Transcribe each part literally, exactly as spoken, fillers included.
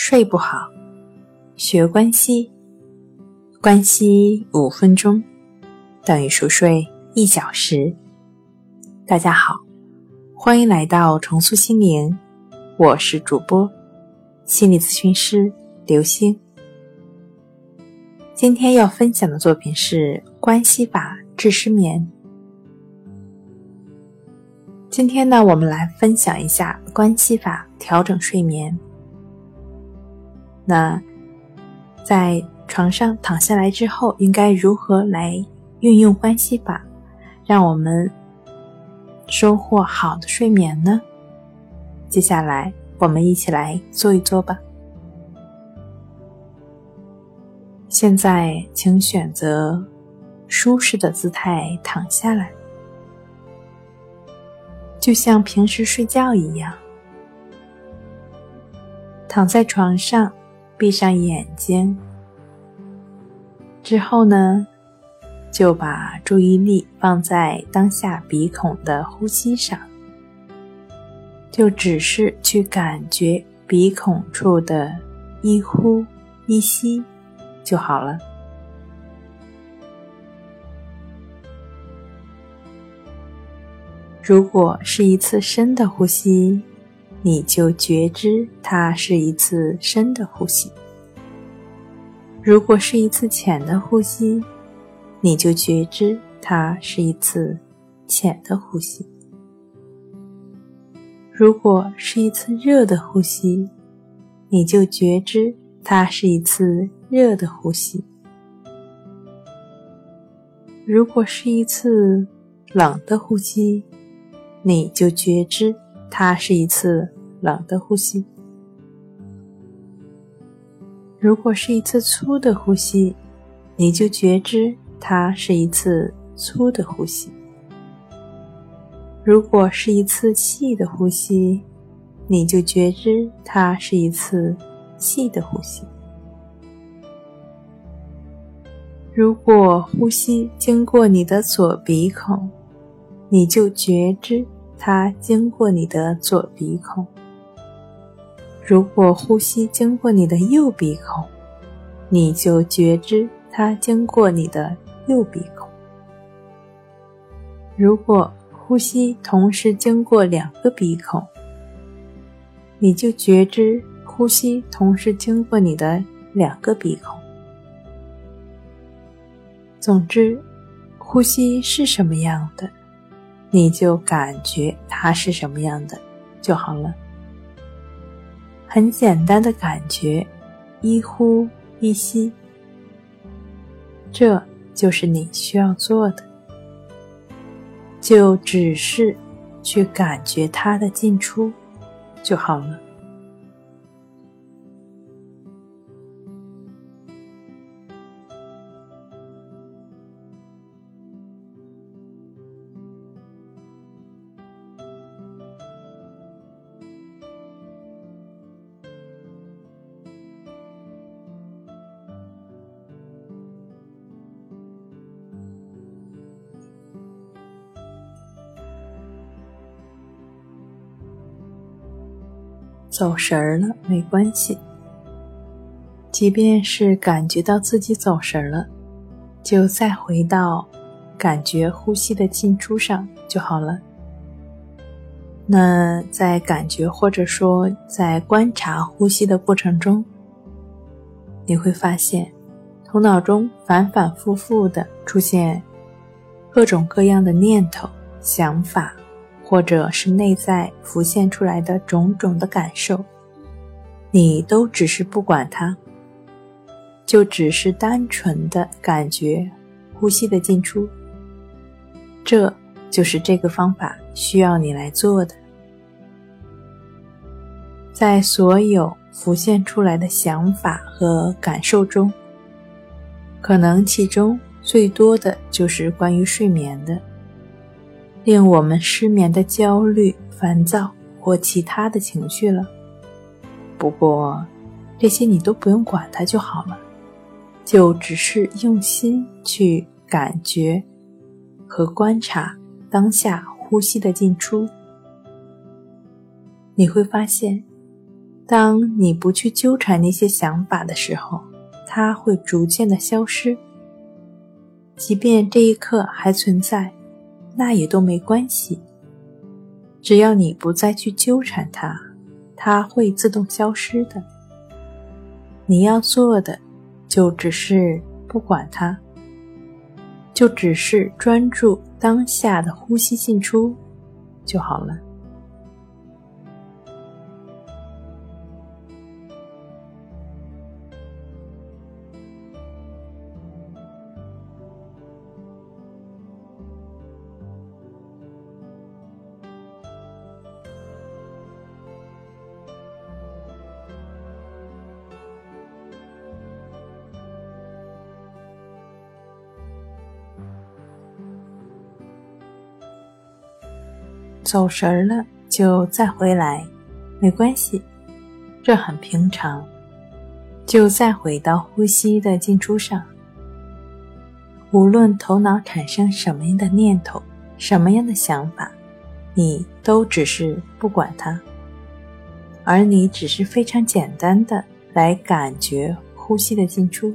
睡不好，学关息，关息五分钟等于熟睡一小时。大家好，欢迎来到重塑心灵，我是主播心理咨询师刘星。今天要分享的作品是关系法治失眠。今天呢，我们来分享一下关系法调整睡眠。那在床上躺下来之后，应该如何来运用关系法，让我们收获好的睡眠呢？接下来我们一起来做一做吧。现在请选择舒适的姿态躺下来，就像平时睡觉一样，躺在床上，闭上眼睛，之后呢，就把注意力放在当下鼻孔的呼吸上，就只是去感觉鼻孔处的一呼一吸就好了。如果是一次深的呼吸，你就觉知它是一次深的呼吸；如果是一次浅的呼吸，你就觉知它是一次浅的呼吸；如果是一次热的呼吸，你就觉知它是一次热的呼吸；如果是一次冷的呼吸，你就觉知它是一次冷的呼吸；如果是一次粗的呼吸，你就觉知它是一次粗的呼吸；如果是一次细的呼吸，你就觉知它是一次细的呼吸。如果呼吸经过你的左鼻孔，你就觉知它经过你的左鼻孔；如果呼吸经过你的右鼻孔，你就觉知它经过你的右鼻孔；如果呼吸同时经过两个鼻孔，你就觉知呼吸同时经过你的两个鼻孔。总之，呼吸是什么样的，你就感觉它是什么样的就好了。很简单的感觉，一呼一吸，这就是你需要做的，就只是去感觉它的进出就好了。走神儿了没关系，即便是感觉到自己走神了，就再回到感觉呼吸的进出上就好了。那在感觉或者说在观察呼吸的过程中，你会发现头脑中反反复复地出现各种各样的念头、想法，或者是内在浮现出来的种种的感受，你都只是不管它，就只是单纯的感觉呼吸的进出。这就是这个方法需要你来做的。在所有浮现出来的想法和感受中，可能其中最多的就是关于睡眠的，令我们失眠的焦虑、烦躁或其他的情绪了。不过这些你都不用管它就好了，就只是用心去感觉和观察当下呼吸的进出。你会发现当你不去纠缠那些想法的时候，它会逐渐的消失。即便这一刻还存在，那也都没关系。只要你不再去纠缠它，它会自动消失的。你要做的就只是不管它，就只是专注当下的呼吸进出就好了。走神了就再回来，没关系，这很平常，就再回到呼吸的进出上。无论头脑产生什么样的念头，什么样的想法，你都只是不管它，而你只是非常简单的来感觉呼吸的进出。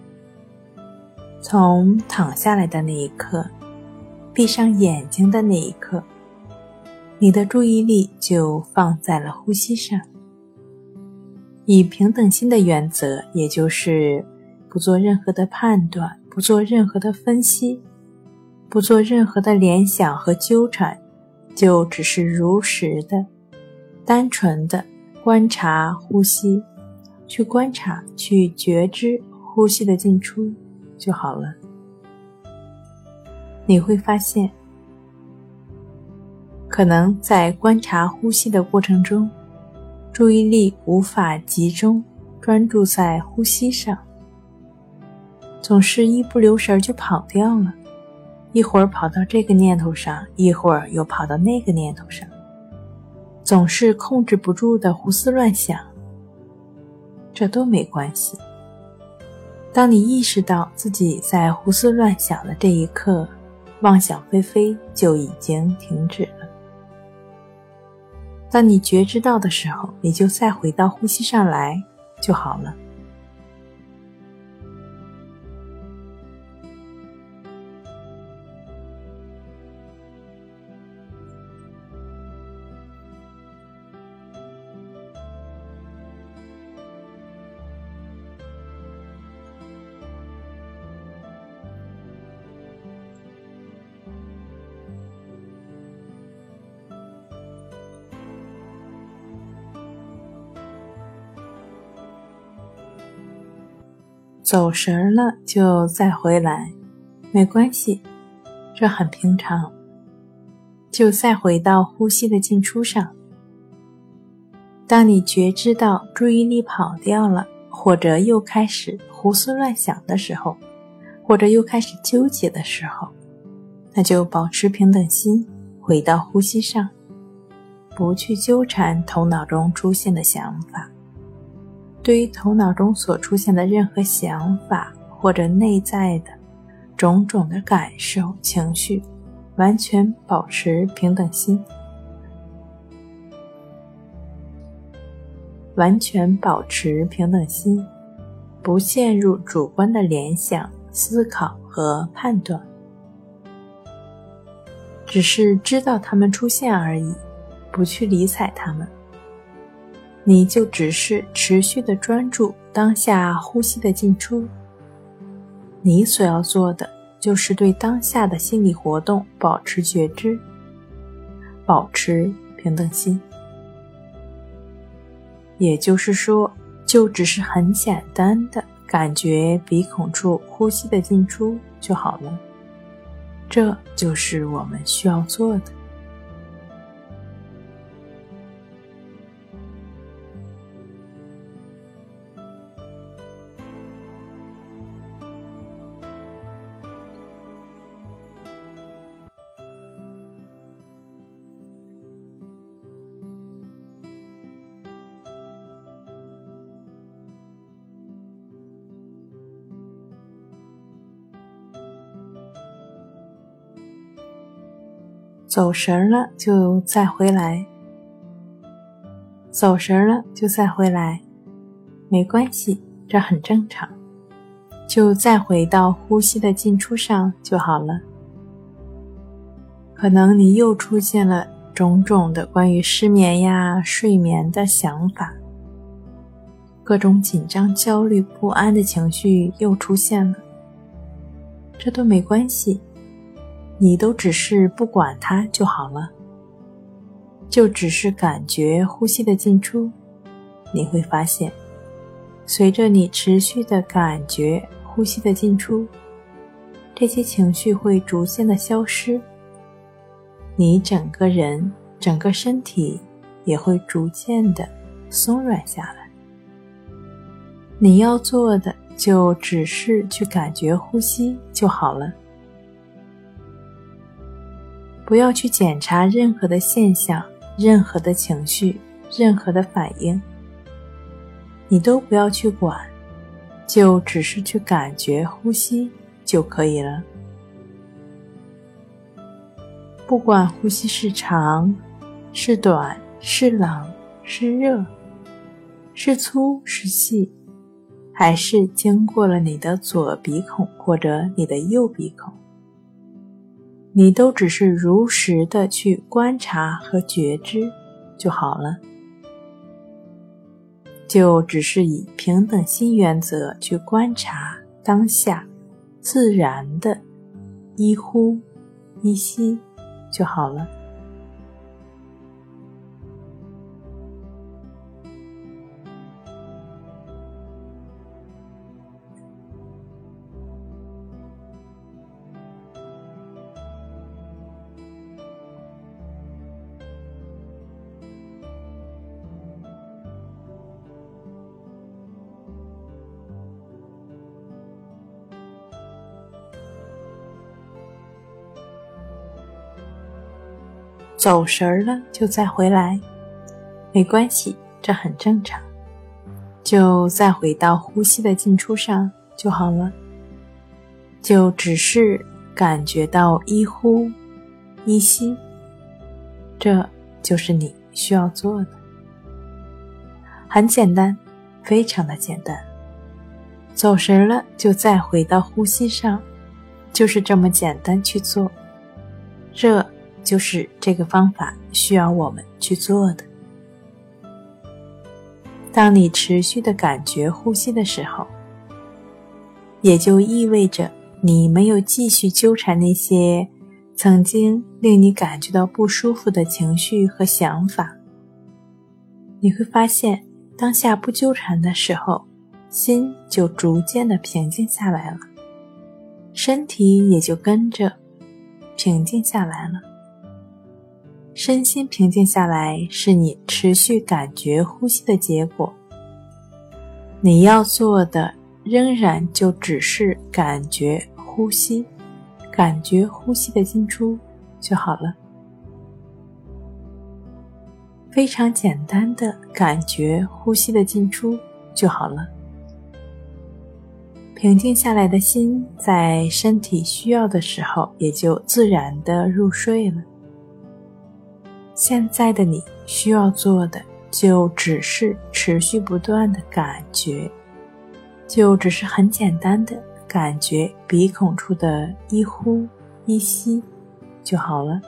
从躺下来的那一刻，闭上眼睛的那一刻，你的注意力就放在了呼吸上，以平等心的原则，也就是不做任何的判断，不做任何的分析，不做任何的联想和纠缠，就只是如实的、单纯的观察呼吸，去观察，去觉知呼吸的进出就好了。你会发现，可能在观察呼吸的过程中，注意力无法集中专注在呼吸上，总是一不留神就跑掉了，一会儿跑到这个念头上，一会儿又跑到那个念头上，总是控制不住的胡思乱想。这都没关系。当你意识到自己在胡思乱想的这一刻，妄想飞飞就已经停止了。当你觉知到的时候，你就再回到呼吸上来就好了。走神了就再回来，没关系，这很平常，就再回到呼吸的进出上。当你觉知到注意力跑掉了，或者又开始胡思乱想的时候，或者又开始纠结的时候，那就保持平等心，回到呼吸上，不去纠缠头脑中出现的想法。对于头脑中所出现的任何想法或者内在的种种的感受、情绪，完全保持平等心，完全保持平等心，不陷入主观的联想、思考和判断，只是知道它们出现而已，不去理睬它们。你就只是持续的专注当下呼吸的进出。你所要做的就是对当下的心理活动保持觉知，保持平等心。也就是说，就只是很简单的感觉鼻孔处呼吸的进出就好了。这就是我们需要做的。走神了就再回来， 走神了就再回来，没关系，这很正常，就再回到呼吸的进出上就好了。可能你又出现了种种的关于失眠呀、睡眠的想法，各种紧张、焦虑、不安的情绪又出现了，这都没关系，你都只是不管它就好了，就只是感觉呼吸的进出。你会发现，随着你持续的感觉呼吸的进出，这些情绪会逐渐的消失，你整个人、整个身体也会逐渐的松软下来。你要做的就只是去感觉呼吸就好了，不要去检查任何的现象、任何的情绪、任何的反应，你都不要去管，就只是去感觉呼吸就可以了。不管呼吸是长、是短、是冷、是热、是粗、是细，还是经过了你的左鼻孔或者你的右鼻孔，你都只是如实的去观察和觉知就好了，就只是以平等心原则去观察当下自然的一呼一吸就好了。走神了就再回来，没关系，这很正常，就再回到呼吸的进出上就好了，就只是感觉到一呼一吸，这就是你需要做的。很简单，非常的简单，走神了就再回到呼吸上，就是这么简单去做，这就是这个方法需要我们去做的。当你持续的感觉呼吸的时候，也就意味着你没有继续纠缠那些曾经令你感觉到不舒服的情绪和想法。你会发现，当下不纠缠的时候，心就逐渐的平静下来了，身体也就跟着平静下来了。身心平静下来是你持续感觉呼吸的结果，你要做的仍然就只是感觉呼吸，感觉呼吸的进出就好了。非常简单的感觉呼吸的进出就好了。平静下来的心在身体需要的时候也就自然的入睡了。现在的你需要做的就只是持续不断的感觉，就只是很简单的感觉鼻孔处的一呼一吸就好了。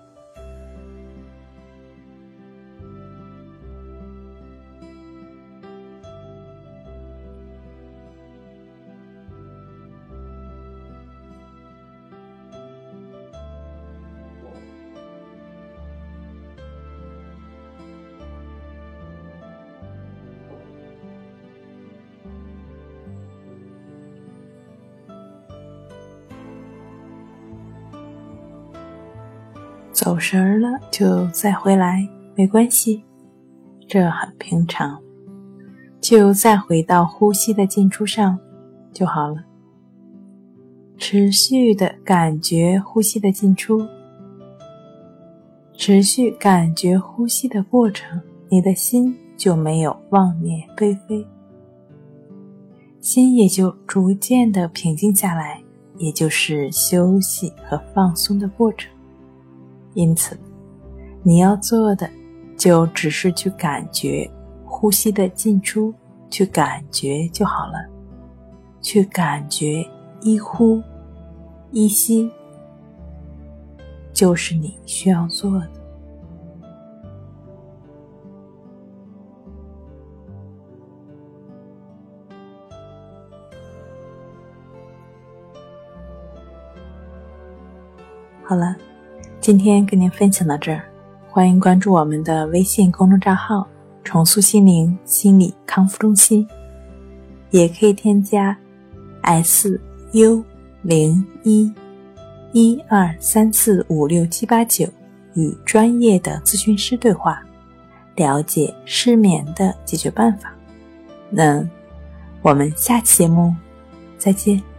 走神了就再回来，没关系，这很平常，就再回到呼吸的进出上就好了。持续的感觉呼吸的进出，持续感觉呼吸的过程，你的心就没有妄念飞飞，心也就逐渐的平静下来，也就是休息和放松的过程。因此，你要做的就只是去感觉呼吸的进出，去感觉就好了，去感觉一呼一吸，就是你需要做的。好了，今天跟您分享到这儿，欢迎关注我们的微信公众账号重塑心灵心理康复中心，也可以添加 S U 零一 一二三四五六七八九与专业的咨询师对话，了解失眠的解决办法。那我们下期节目再见。